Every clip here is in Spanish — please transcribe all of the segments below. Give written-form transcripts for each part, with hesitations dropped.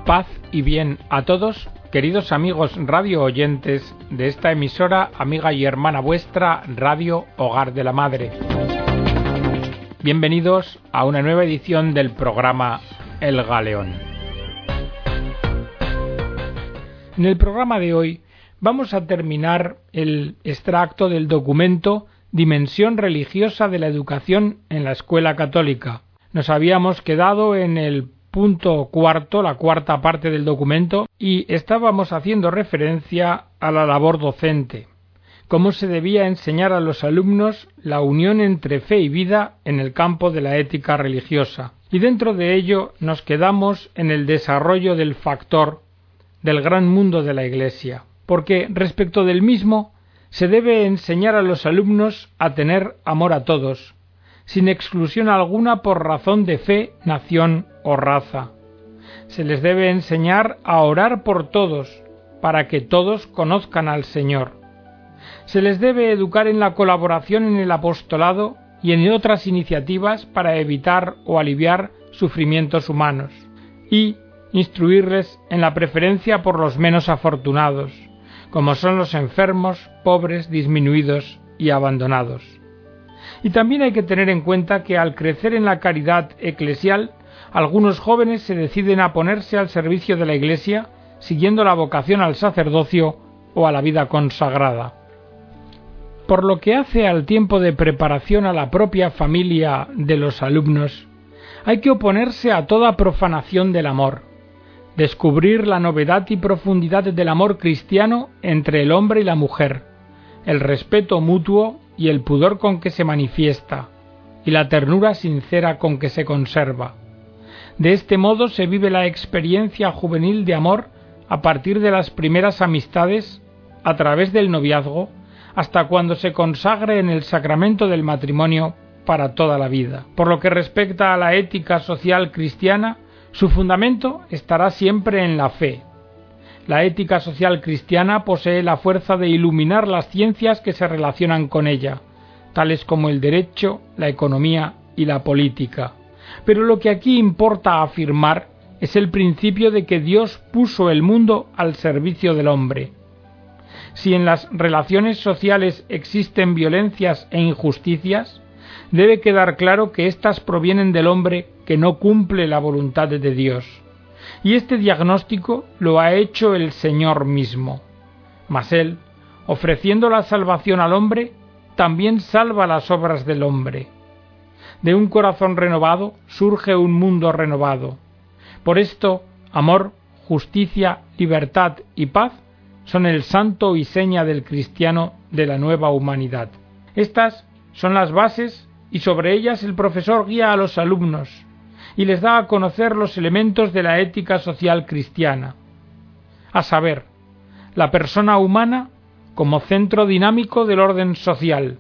Paz y bien a todos, queridos amigos radio oyentes de esta emisora, amiga y hermana vuestra, Radio Hogar de la Madre. Bienvenidos a una nueva edición del programa El Galeón. En el programa de hoy vamos a terminar el extracto del documento Dimensión religiosa de la educación en la escuela católica. Nos habíamos quedado en el punto cuarto, la cuarta parte del documento, y estábamos haciendo referencia a la labor docente, cómo se debía enseñar a los alumnos la unión entre fe y vida en el campo de la ética religiosa. Y dentro de ello nos quedamos en el desarrollo del factor del gran mundo de la Iglesia, porque respecto del mismo se debe enseñar a los alumnos a tener amor a todos, sin exclusión alguna por razón de fe, nación o raza. Se les debe enseñar a orar por todos, para que todos conozcan al Señor. Se les debe educar en la colaboración en el apostolado y en otras iniciativas para evitar o aliviar sufrimientos humanos, y instruirles en la preferencia por los menos afortunados, como son los enfermos, pobres, disminuidos y abandonados. Y también hay que tener en cuenta que al crecer en la caridad eclesial, algunos jóvenes se deciden a ponerse al servicio de la Iglesia, siguiendo la vocación al sacerdocio o a la vida consagrada. Por lo que hace al tiempo de preparación a la propia familia de los alumnos, hay que oponerse a toda profanación del amor, descubrir la novedad y profundidad del amor cristiano entre el hombre y la mujer, el respeto mutuo y el pudor con que se manifiesta, y la ternura sincera con que se conserva. De este modo se vive la experiencia juvenil de amor a partir de las primeras amistades, a través del noviazgo, hasta cuando se consagre en el sacramento del matrimonio para toda la vida. Por lo que respecta a la ética social cristiana, su fundamento estará siempre en la fe. La ética social cristiana posee la fuerza de iluminar las ciencias que se relacionan con ella, tales como el derecho, la economía y la política. Pero lo que aquí importa afirmar es el principio de que Dios puso el mundo al servicio del hombre. Si en las relaciones sociales existen violencias e injusticias, debe quedar claro que éstas provienen del hombre que no cumple la voluntad de Dios. Y este diagnóstico lo ha hecho el Señor mismo. Mas Él, ofreciendo la salvación al hombre, también salva las obras del hombre. De un corazón renovado surge un mundo renovado. Por esto, amor, justicia, libertad y paz son el santo y seña del cristiano de la nueva humanidad. Estas son las bases y sobre ellas el profesor guía a los alumnos y les da a conocer los elementos de la ética social cristiana, a saber, la persona humana como centro dinámico del orden social,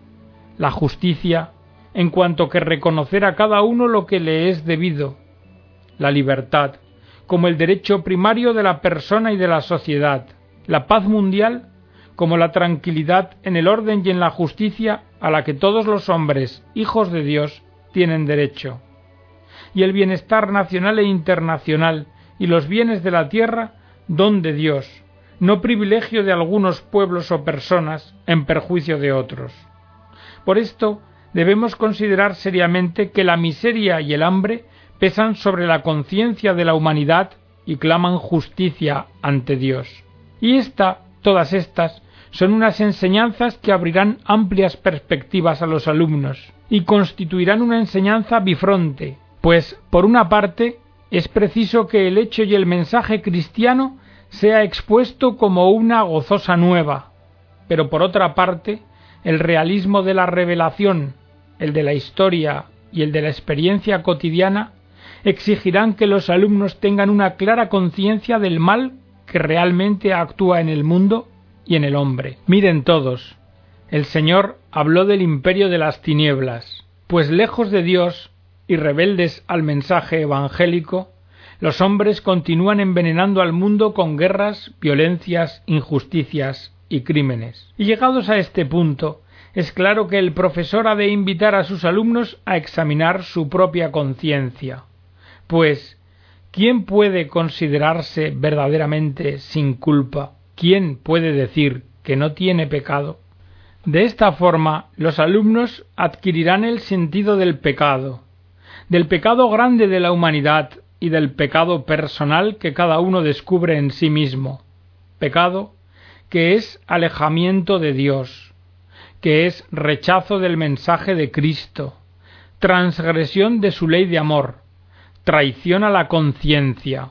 la justicia en cuanto que reconocer a cada uno lo que le es debido, la libertad como el derecho primario de la persona y de la sociedad, la paz mundial como la tranquilidad en el orden y en la justicia a la que todos los hombres, hijos de Dios, tienen derecho, y el bienestar nacional e internacional y los bienes de la tierra, don de Dios, no privilegio de algunos pueblos o personas en perjuicio de otros. Por esto, debemos considerar seriamente que la miseria y el hambre pesan sobre la conciencia de la humanidad y claman justicia ante Dios. Y todas estas, son unas enseñanzas que abrirán amplias perspectivas a los alumnos y constituirán una enseñanza bifronte, pues, por una parte, es preciso que el hecho y el mensaje cristiano sea expuesto como una gozosa nueva, pero por otra parte, el realismo de la revelación, el de la historia y el de la experiencia cotidiana exigirán que los alumnos tengan una clara conciencia del mal que realmente actúa en el mundo y en el hombre. Miren todos, el Señor habló del imperio de las tinieblas, pues lejos de Dios y rebeldes al mensaje evangélico, los hombres continúan envenenando al mundo con guerras, violencias, injusticias y crímenes. Y llegados a este punto, es claro que el profesor ha de invitar a sus alumnos a examinar su propia conciencia, pues ¿quién puede considerarse verdaderamente sin culpa? ¿Quién puede decir que no tiene pecado? De esta forma, los alumnos adquirirán el sentido del pecado grande de la humanidad y del pecado personal que cada uno descubre en sí mismo. Pecado que es alejamiento de Dios, que es rechazo del mensaje de Cristo, transgresión de su ley de amor, traición a la conciencia,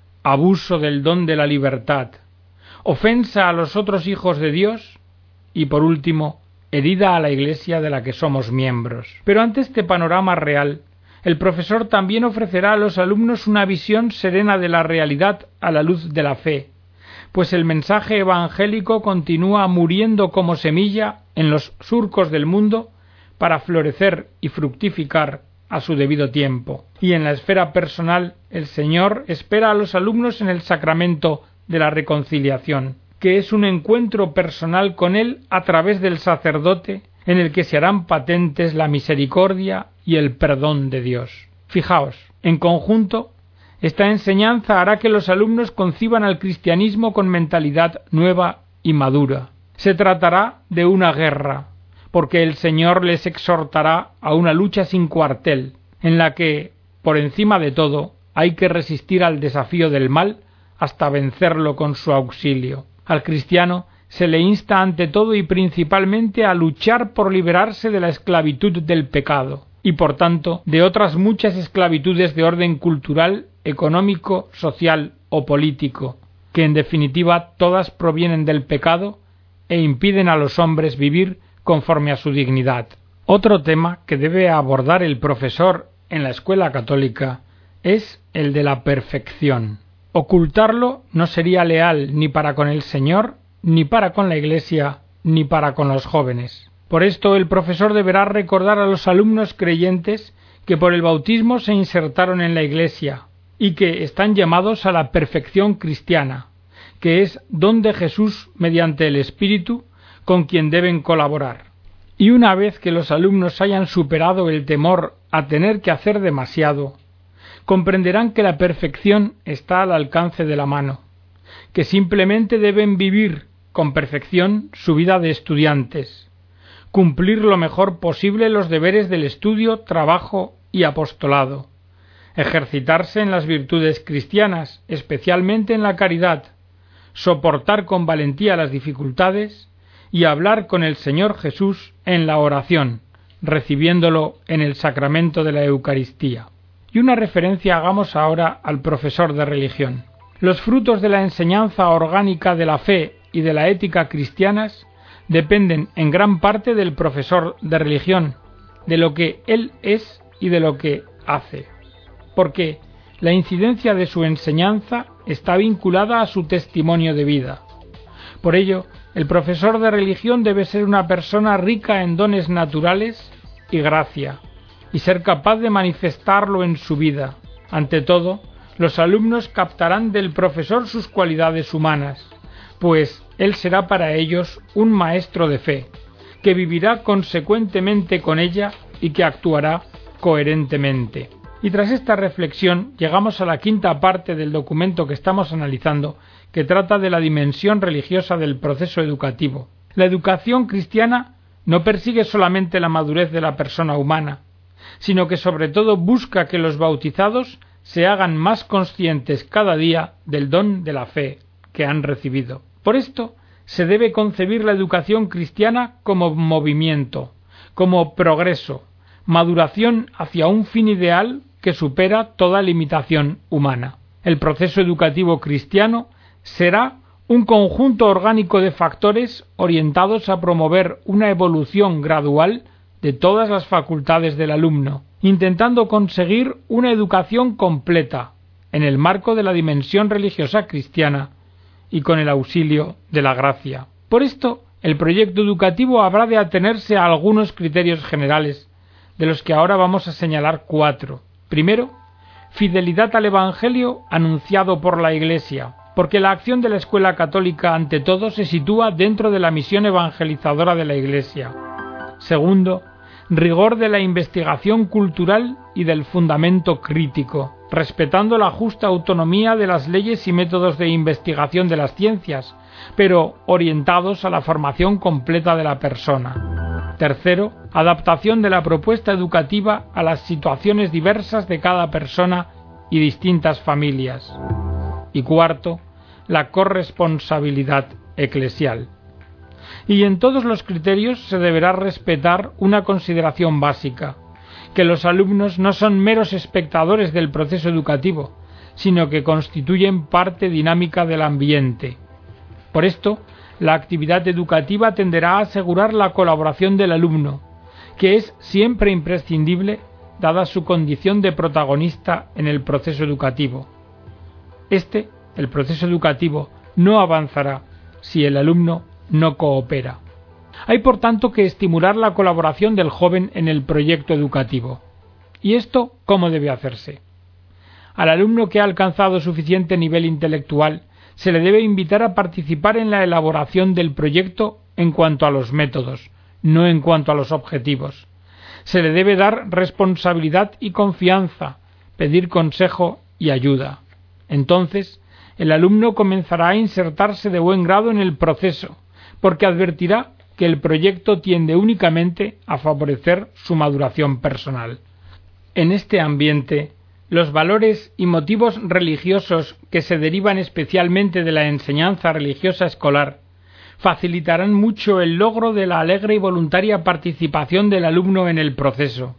abuso del don de la libertad, ofensa a los otros hijos de Dios y, por último, herida a la Iglesia de la que somos miembros. Pero ante este panorama real, el profesor también ofrecerá a los alumnos una visión serena de la realidad a la luz de la fe, pues el mensaje evangélico continúa muriendo como semilla en los surcos del mundo para florecer y fructificar a su debido tiempo. Y en la esfera personal, el Señor espera a los alumnos en el sacramento de la reconciliación, que es un encuentro personal con Él a través del sacerdote, en el que se harán patentes la misericordia y el perdón de Dios. Fijaos, en conjunto, esta enseñanza hará que los alumnos conciban al cristianismo con mentalidad nueva y madura. Se tratará de una guerra, porque el Señor les exhortará a una lucha sin cuartel, en la que, por encima de todo, hay que resistir al desafío del mal hasta vencerlo con su auxilio. Al cristiano se le insta ante todo y principalmente a luchar por liberarse de la esclavitud del pecado, y por tanto de otras muchas esclavitudes de orden cultural, económico, social o político, que en definitiva todas provienen del pecado e impiden a los hombres vivir conforme a su dignidad. Otro tema que debe abordar el profesor en la escuela católica es el de la perfección. Ocultarlo no sería leal ni para con el Señor, ni para con la Iglesia, ni para con los jóvenes. Por esto el profesor deberá recordar a los alumnos creyentes que por el bautismo se insertaron en la Iglesia y que están llamados a la perfección cristiana, que es don de Jesús mediante el Espíritu, con quien deben colaborar. Y una vez que los alumnos hayan superado el temor a tener que hacer demasiado, comprenderán que la perfección está al alcance de la mano, que simplemente deben vivir con perfección su vida de estudiantes, cumplir lo mejor posible los deberes del estudio, trabajo y apostolado, ejercitarse en las virtudes cristianas, especialmente en la caridad, soportar con valentía las dificultades y hablar con el Señor Jesús en la oración, recibiéndolo en el sacramento de la Eucaristía. Y una referencia hagamos ahora al profesor de religión. Los frutos de la enseñanza orgánica de la fe y de la ética cristianas dependen en gran parte del profesor de religión, de lo que él es y de lo que hace, porque la incidencia de su enseñanza está vinculada a su testimonio de vida. Por ello, el profesor de religión debe ser una persona rica en dones naturales y gracia, y ser capaz de manifestarlo en su vida. Ante todo, los alumnos captarán del profesor sus cualidades humanas, pues él será para ellos un maestro de fe, que vivirá consecuentemente con ella y que actuará coherentemente. Y tras esta reflexión llegamos a la quinta parte del documento que estamos analizando, que trata de la dimensión religiosa del proceso educativo. La educación cristiana no persigue solamente la madurez de la persona humana, sino que sobre todo busca que los bautizados se hagan más conscientes cada día del don de la fe que han recibido. Por esto se debe concebir la educación cristiana como movimiento, como progreso, maduración hacia un fin ideal que supera toda limitación humana. El proceso educativo cristiano será un conjunto orgánico de factores orientados a promover una evolución gradual de todas las facultades del alumno, intentando conseguir una educación completa en el marco de la dimensión religiosa cristiana y con el auxilio de la gracia. Por esto, el proyecto educativo habrá de atenerse a algunos criterios generales, de los que ahora vamos a señalar 4. Primero, fidelidad al Evangelio anunciado por la Iglesia, porque la acción de la escuela católica ante todo se sitúa dentro de la misión evangelizadora de la Iglesia. Segundo, rigor de la investigación cultural y del fundamento crítico. respetando la justa autonomía de las leyes y métodos de investigación de las ciencias, pero orientados a la formación completa de la persona. Tercero, adaptación de la propuesta educativa a las situaciones diversas de cada persona y distintas familias. Y cuarto, la corresponsabilidad eclesial. Y en todos los criterios se deberá respetar una consideración básica, que los alumnos no son meros espectadores del proceso educativo, sino que constituyen parte dinámica del ambiente. Por esto, la actividad educativa tenderá a asegurar la colaboración del alumno, que es siempre imprescindible dada su condición de protagonista en el proceso educativo. El proceso educativo, no avanzará si el alumno no coopera. Hay por tanto que estimular la colaboración del joven en el proyecto educativo. ¿Y esto cómo debe hacerse? Al alumno que ha alcanzado suficiente nivel intelectual se le debe invitar a participar en la elaboración del proyecto en cuanto a los métodos, no en cuanto a los objetivos. Se le debe dar responsabilidad y confianza, pedir consejo y ayuda. Entonces, el alumno comenzará a insertarse de buen grado en el proceso, porque advertirá que el proyecto tiende únicamente a favorecer su maduración personal. En este ambiente, los valores y motivos religiosos que se derivan especialmente de la enseñanza religiosa escolar facilitarán mucho el logro de la alegre y voluntaria participación del alumno en el proceso.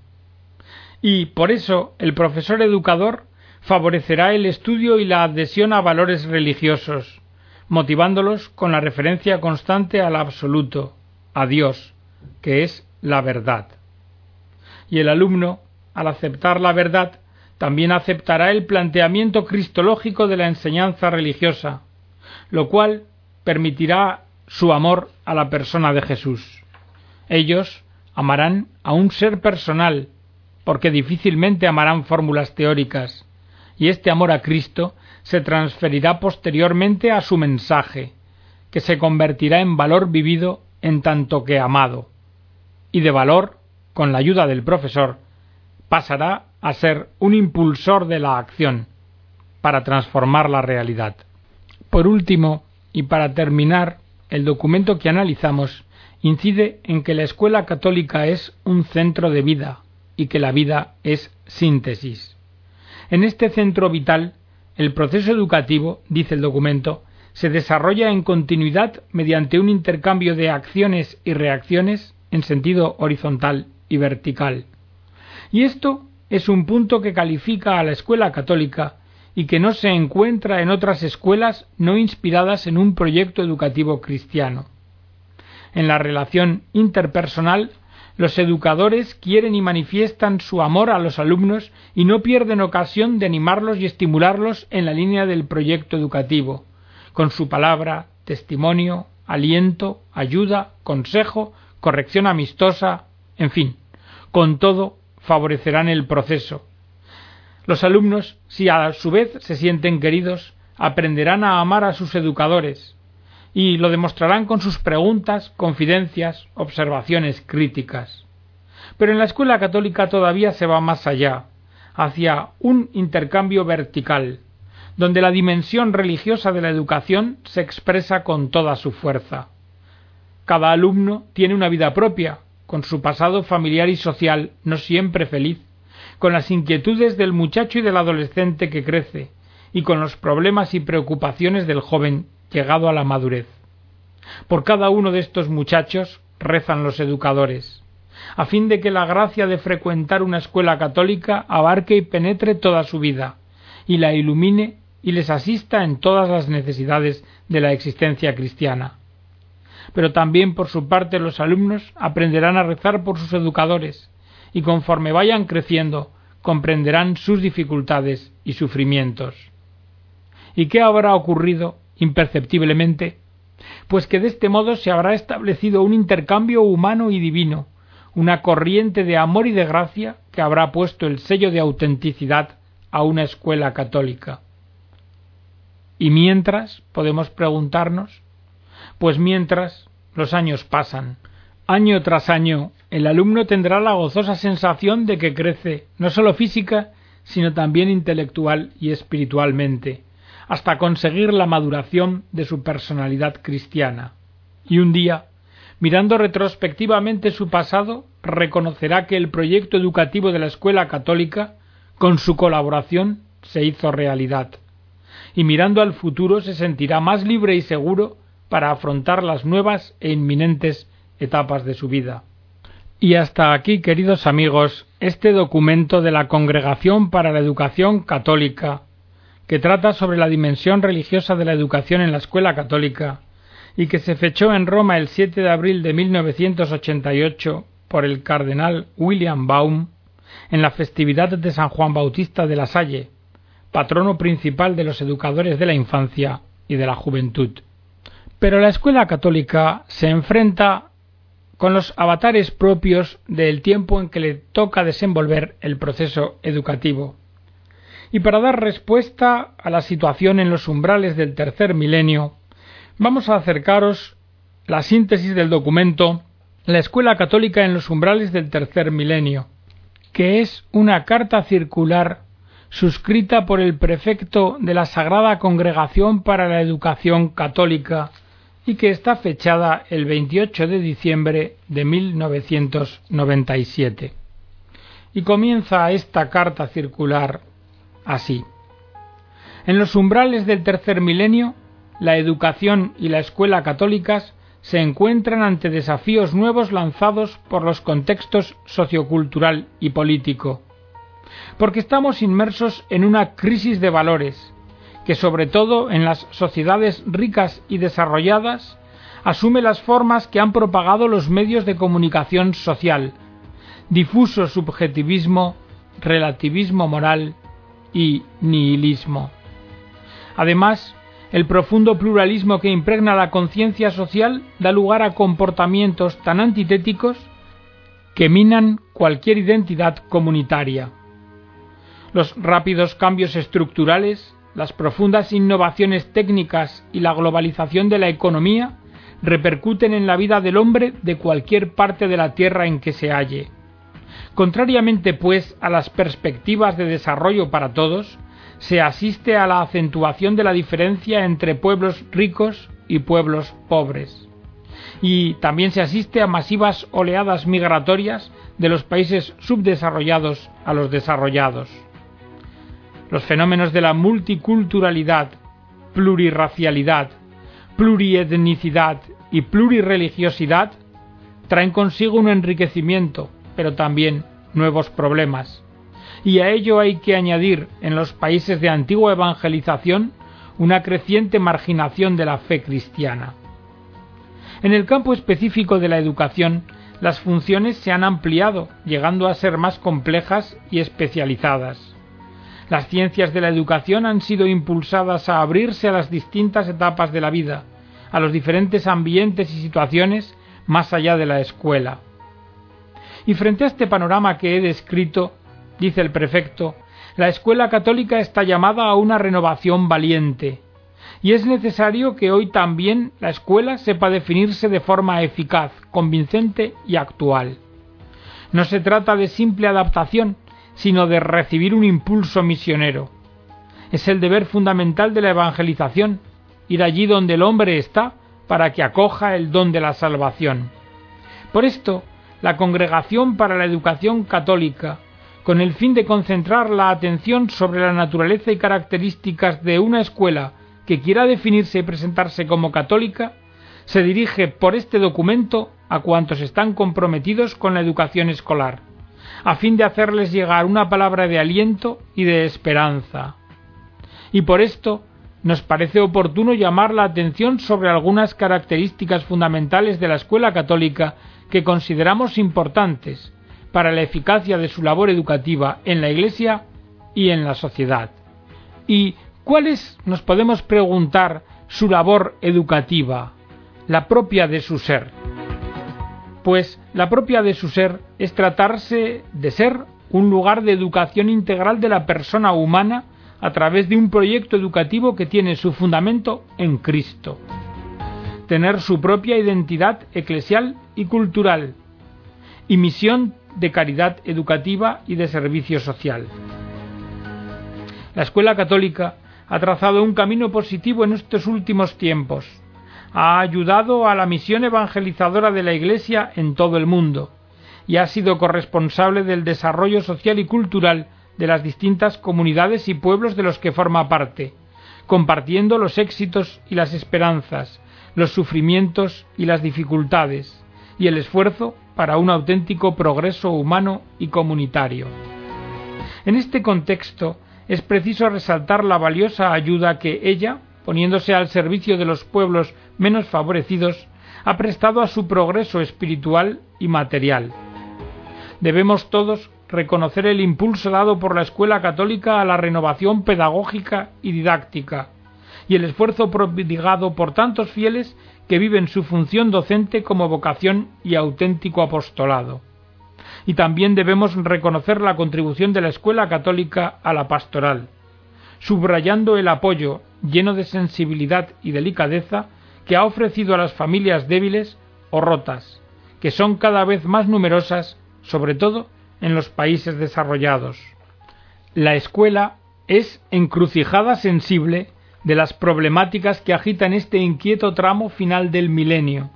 Y, por eso, el profesor educador favorecerá el estudio y la adhesión a valores religiosos, motivándolos con la referencia constante al absoluto, a Dios, que es la verdad. Y el alumno, al aceptar la verdad, también aceptará el planteamiento cristológico de la enseñanza religiosa, lo cual permitirá su amor a la persona de Jesús. Ellos amarán a un ser personal, porque difícilmente amarán fórmulas teóricas, y este amor a Cristo se transferirá posteriormente a su mensaje, que se convertirá en valor vivido en tanto que amado, y de valor, con la ayuda del profesor, pasará a ser un impulsor de la acción, para transformar la realidad. Por último, y para terminar, el documento que analizamos incide en que la escuela católica es un centro de vida, y que la vida es síntesis. En este centro vital, el proceso educativo, dice el documento, se desarrolla en continuidad mediante un intercambio de acciones y reacciones en sentido horizontal y vertical. Y esto es un punto que califica a la escuela católica y que no se encuentra en otras escuelas no inspiradas en un proyecto educativo cristiano. En la relación interpersonal, los educadores quieren y manifiestan su amor a los alumnos y no pierden ocasión de animarlos y estimularlos en la línea del proyecto educativo, con su palabra, testimonio, aliento, ayuda, consejo, corrección amistosa, en fin, con todo favorecerán el proceso. Los alumnos, si a su vez se sienten queridos, aprenderán a amar a sus educadores y lo demostrarán con sus preguntas, confidencias, observaciones críticas. Pero en la escuela católica todavía se va más allá, hacia un intercambio vertical, donde la dimensión religiosa de la educación se expresa con toda su fuerza. Cada alumno tiene una vida propia, con su pasado familiar y social no siempre feliz, con las inquietudes del muchacho y del adolescente que crece, y con los problemas y preocupaciones del joven llegado a la madurez. Por cada uno de estos muchachos rezan los educadores, a fin de que la gracia de frecuentar una escuela católica abarque y penetre toda su vida, y la ilumine y les asista en todas las necesidades de la existencia cristiana. Pero también por su parte los alumnos aprenderán a rezar por sus educadores, y conforme vayan creciendo comprenderán sus dificultades y sufrimientos. ¿Y qué habrá ocurrido imperceptiblemente? Pues que de este modo se habrá establecido un intercambio humano y divino, una corriente de amor y de gracia que habrá puesto el sello de autenticidad a una escuela católica. ¿Y mientras? Podemos preguntarnos. Pues mientras los años pasan, año tras año, el alumno tendrá la gozosa sensación de que crece, no sólo física, sino también intelectual y espiritualmente, hasta conseguir la maduración de su personalidad cristiana. Y un día, mirando retrospectivamente su pasado, reconocerá que el proyecto educativo de la escuela católica, con su colaboración, se hizo realidad. Y mirando al futuro se sentirá más libre y seguro para afrontar las nuevas e inminentes etapas de su vida. Y hasta aquí, queridos amigos, este documento de la Congregación para la Educación Católica, que trata sobre la dimensión religiosa de la educación en la escuela católica y que se fechó en Roma el 7 de abril de 1988 por el cardenal William Baum en la festividad de San Juan Bautista de la Salle, patrono principal de los educadores de la infancia y de la juventud. Pero la escuela católica se enfrenta con los avatares propios del tiempo en que le toca desenvolver el proceso educativo. Y para dar respuesta a la situación en los umbrales del tercer milenio, vamos a acercaros la síntesis del documento La Escuela Católica en los umbrales del tercer milenio, que es una carta circular suscrita por el prefecto de la Sagrada Congregación para la Educación Católica y que está fechada el 28 de diciembre de 1997. Y comienza esta carta circular así: en los umbrales del tercer milenio, la educación y la escuela católicas se encuentran ante desafíos nuevos lanzados por los contextos sociocultural y político, porque estamos inmersos en una crisis de valores que, sobre todo en las sociedades ricas y desarrolladas, asume las formas que han propagado los medios de comunicación social: difuso subjetivismo, relativismo moral y nihilismo. Además, el profundo pluralismo que impregna la conciencia social da lugar a comportamientos tan antitéticos que minan cualquier identidad comunitaria. Los rápidos cambios estructurales, las profundas innovaciones técnicas y la globalización de la economía repercuten en la vida del hombre de cualquier parte de la tierra en que se halle. Contrariamente, pues, a las perspectivas de desarrollo para todos, se asiste a la acentuación de la diferencia entre pueblos ricos y pueblos pobres. Y también se asiste a masivas oleadas migratorias de los países subdesarrollados a los desarrollados. Los fenómenos de la multiculturalidad, plurirracialidad, plurietnicidad y plurireligiosidad traen consigo un enriquecimiento, pero también nuevos problemas. Y a ello hay que añadir, en los países de antigua evangelización, una creciente marginación de la fe cristiana. En el campo específico de la educación, las funciones se han ampliado, llegando a ser más complejas y especializadas. Las ciencias de la educación han sido impulsadas a abrirse a las distintas etapas de la vida, a los diferentes ambientes y situaciones más allá de la escuela. Y frente a este panorama que he descrito, dice el prefecto, la escuela católica está llamada a una renovación valiente, y es necesario que hoy también la escuela sepa definirse de forma eficaz, convincente y actual. No se trata de simple adaptación, sino de recibir un impulso misionero. Es el deber fundamental de la evangelización, ir allí donde el hombre está para que acoja el don de la salvación. Por esto, la Congregación para la Educación Católica, con el fin de concentrar la atención sobre la naturaleza y características de una escuela que quiera definirse y presentarse como católica, se dirige por este documento a cuantos están comprometidos con la educación escolar, a fin de hacerles llegar una palabra de aliento y de esperanza. Y por esto nos parece oportuno llamar la atención sobre algunas características fundamentales de la escuela católica que consideramos importantes para la eficacia de su labor educativa en la Iglesia y en la sociedad. ¿Y cuál es, nos podemos preguntar, su labor educativa, la propia de su ser? Pues la propia de su ser es tratarse de ser un lugar de educación integral de la persona humana a través de un proyecto educativo que tiene su fundamento en Cristo. Tener su propia identidad eclesial y cultural, y misión de caridad educativa y de servicio social. La escuela católica ha trazado un camino positivo en estos últimos tiempos. Ha ayudado a la misión evangelizadora de la Iglesia en todo el mundo y ha sido corresponsable del desarrollo social y cultural de las distintas comunidades y pueblos de los que forma parte, compartiendo los éxitos y las esperanzas, los sufrimientos y las dificultades, y el esfuerzo para un auténtico progreso humano y comunitario. En este contexto, es preciso resaltar la valiosa ayuda que ella, poniéndose al servicio de los pueblos menos favorecidos, ha prestado a su progreso espiritual y material. Debemos todos reconocer el impulso dado por la escuela católica a la renovación pedagógica y didáctica, y el esfuerzo prodigado por tantos fieles que viven su función docente como vocación y auténtico apostolado. Y también debemos reconocer la contribución de la escuela católica a la pastoral, subrayando el apoyo, lleno de sensibilidad y delicadeza, que ha ofrecido a las familias débiles o rotas, que son cada vez más numerosas, sobre todo en los países desarrollados. La escuela es encrucijada sensible de las problemáticas que agitan este inquieto tramo final del milenio.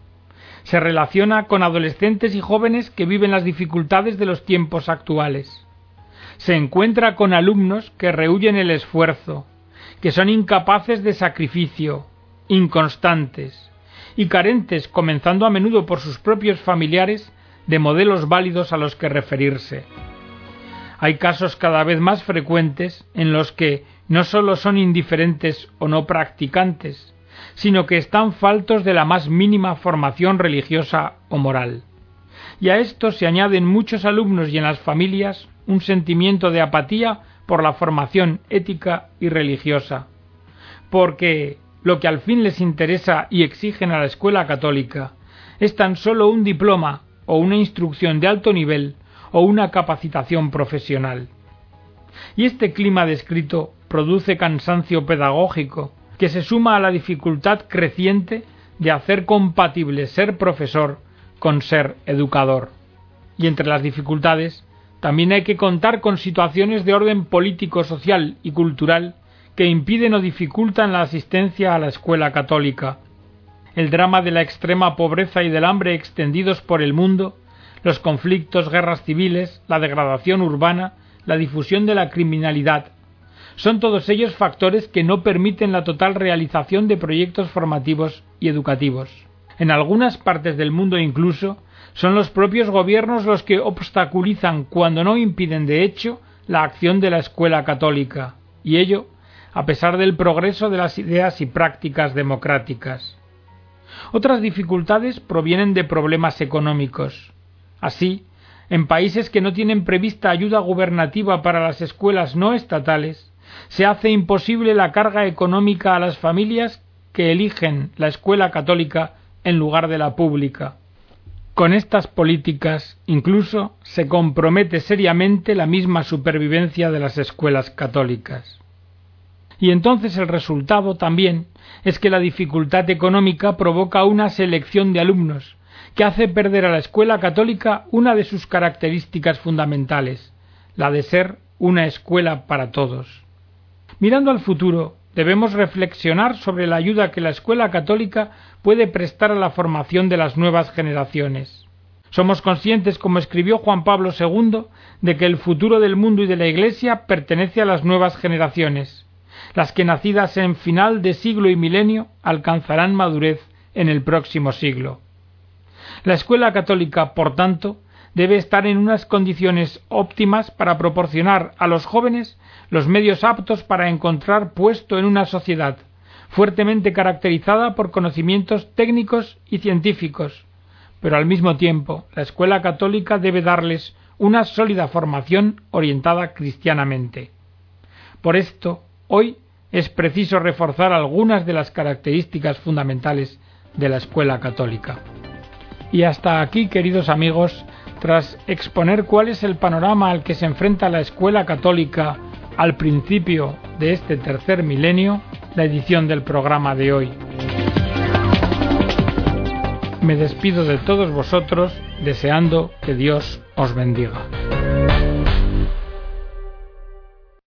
Se relaciona con adolescentes y jóvenes que viven las dificultades de los tiempos actuales. Se encuentra con alumnos que rehúyen el esfuerzo, que son incapaces de sacrificio, inconstantes y carentes, comenzando a menudo por sus propios familiares, de modelos válidos a los que referirse. Hay casos cada vez más frecuentes en los que no solo son indiferentes o no practicantes, sino que están faltos de la más mínima formación religiosa o moral. Y a esto se añaden muchos alumnos y en las familias un sentimiento de apatía por la formación ética y religiosa, porque lo que al fin les interesa y exigen a la escuela católica es tan solo un diploma o una instrucción de alto nivel o una capacitación profesional. Y este clima descrito produce cansancio pedagógico que se suma a la dificultad creciente de hacer compatible ser profesor con ser educador. Y entre las dificultades también hay que contar con situaciones de orden político, social y cultural que impiden o dificultan la asistencia a la escuela católica. El drama de la extrema pobreza y del hambre extendidos por el mundo, los conflictos, guerras civiles, la degradación urbana, la difusión de la criminalidad, son todos ellos factores que no permiten la total realización de proyectos formativos y educativos. En algunas partes del mundo incluso, son los propios gobiernos los que obstaculizan, cuando no impiden de hecho, la acción de la escuela católica, y ello a pesar del progreso de las ideas y prácticas democráticas. Otras dificultades provienen de problemas económicos. Así, en países que no tienen prevista ayuda gubernativa para las escuelas no estatales, se hace imposible la carga económica a las familias que eligen la escuela católica en lugar de la pública. Con estas políticas, incluso, se compromete seriamente la misma supervivencia de las escuelas católicas. Y entonces el resultado también es que la dificultad económica provoca una selección de alumnos que hace perder a la escuela católica una de sus características fundamentales, la de ser una escuela para todos. Mirando al futuro, debemos reflexionar sobre la ayuda que la escuela católica puede prestar a la formación de las nuevas generaciones. Somos conscientes, como escribió Juan Pablo II, de que el futuro del mundo y de la Iglesia pertenece a las nuevas generaciones, las que nacidas en final de siglo y milenio alcanzarán madurez en el próximo siglo. La escuela católica, por tanto, debe estar en unas condiciones óptimas para proporcionar a los jóvenes los medios aptos para encontrar puesto en una sociedad fuertemente caracterizada por conocimientos técnicos y científicos, pero al mismo tiempo la escuela católica debe darles una sólida formación orientada cristianamente. Por esto, hoy es preciso reforzar algunas de las características fundamentales de la escuela católica. Y hasta aquí, queridos amigos, tras exponer cuál es el panorama al que se enfrenta la escuela católica al principio de este tercer milenio, la edición del programa de hoy. Me despido de todos vosotros deseando que Dios os bendiga.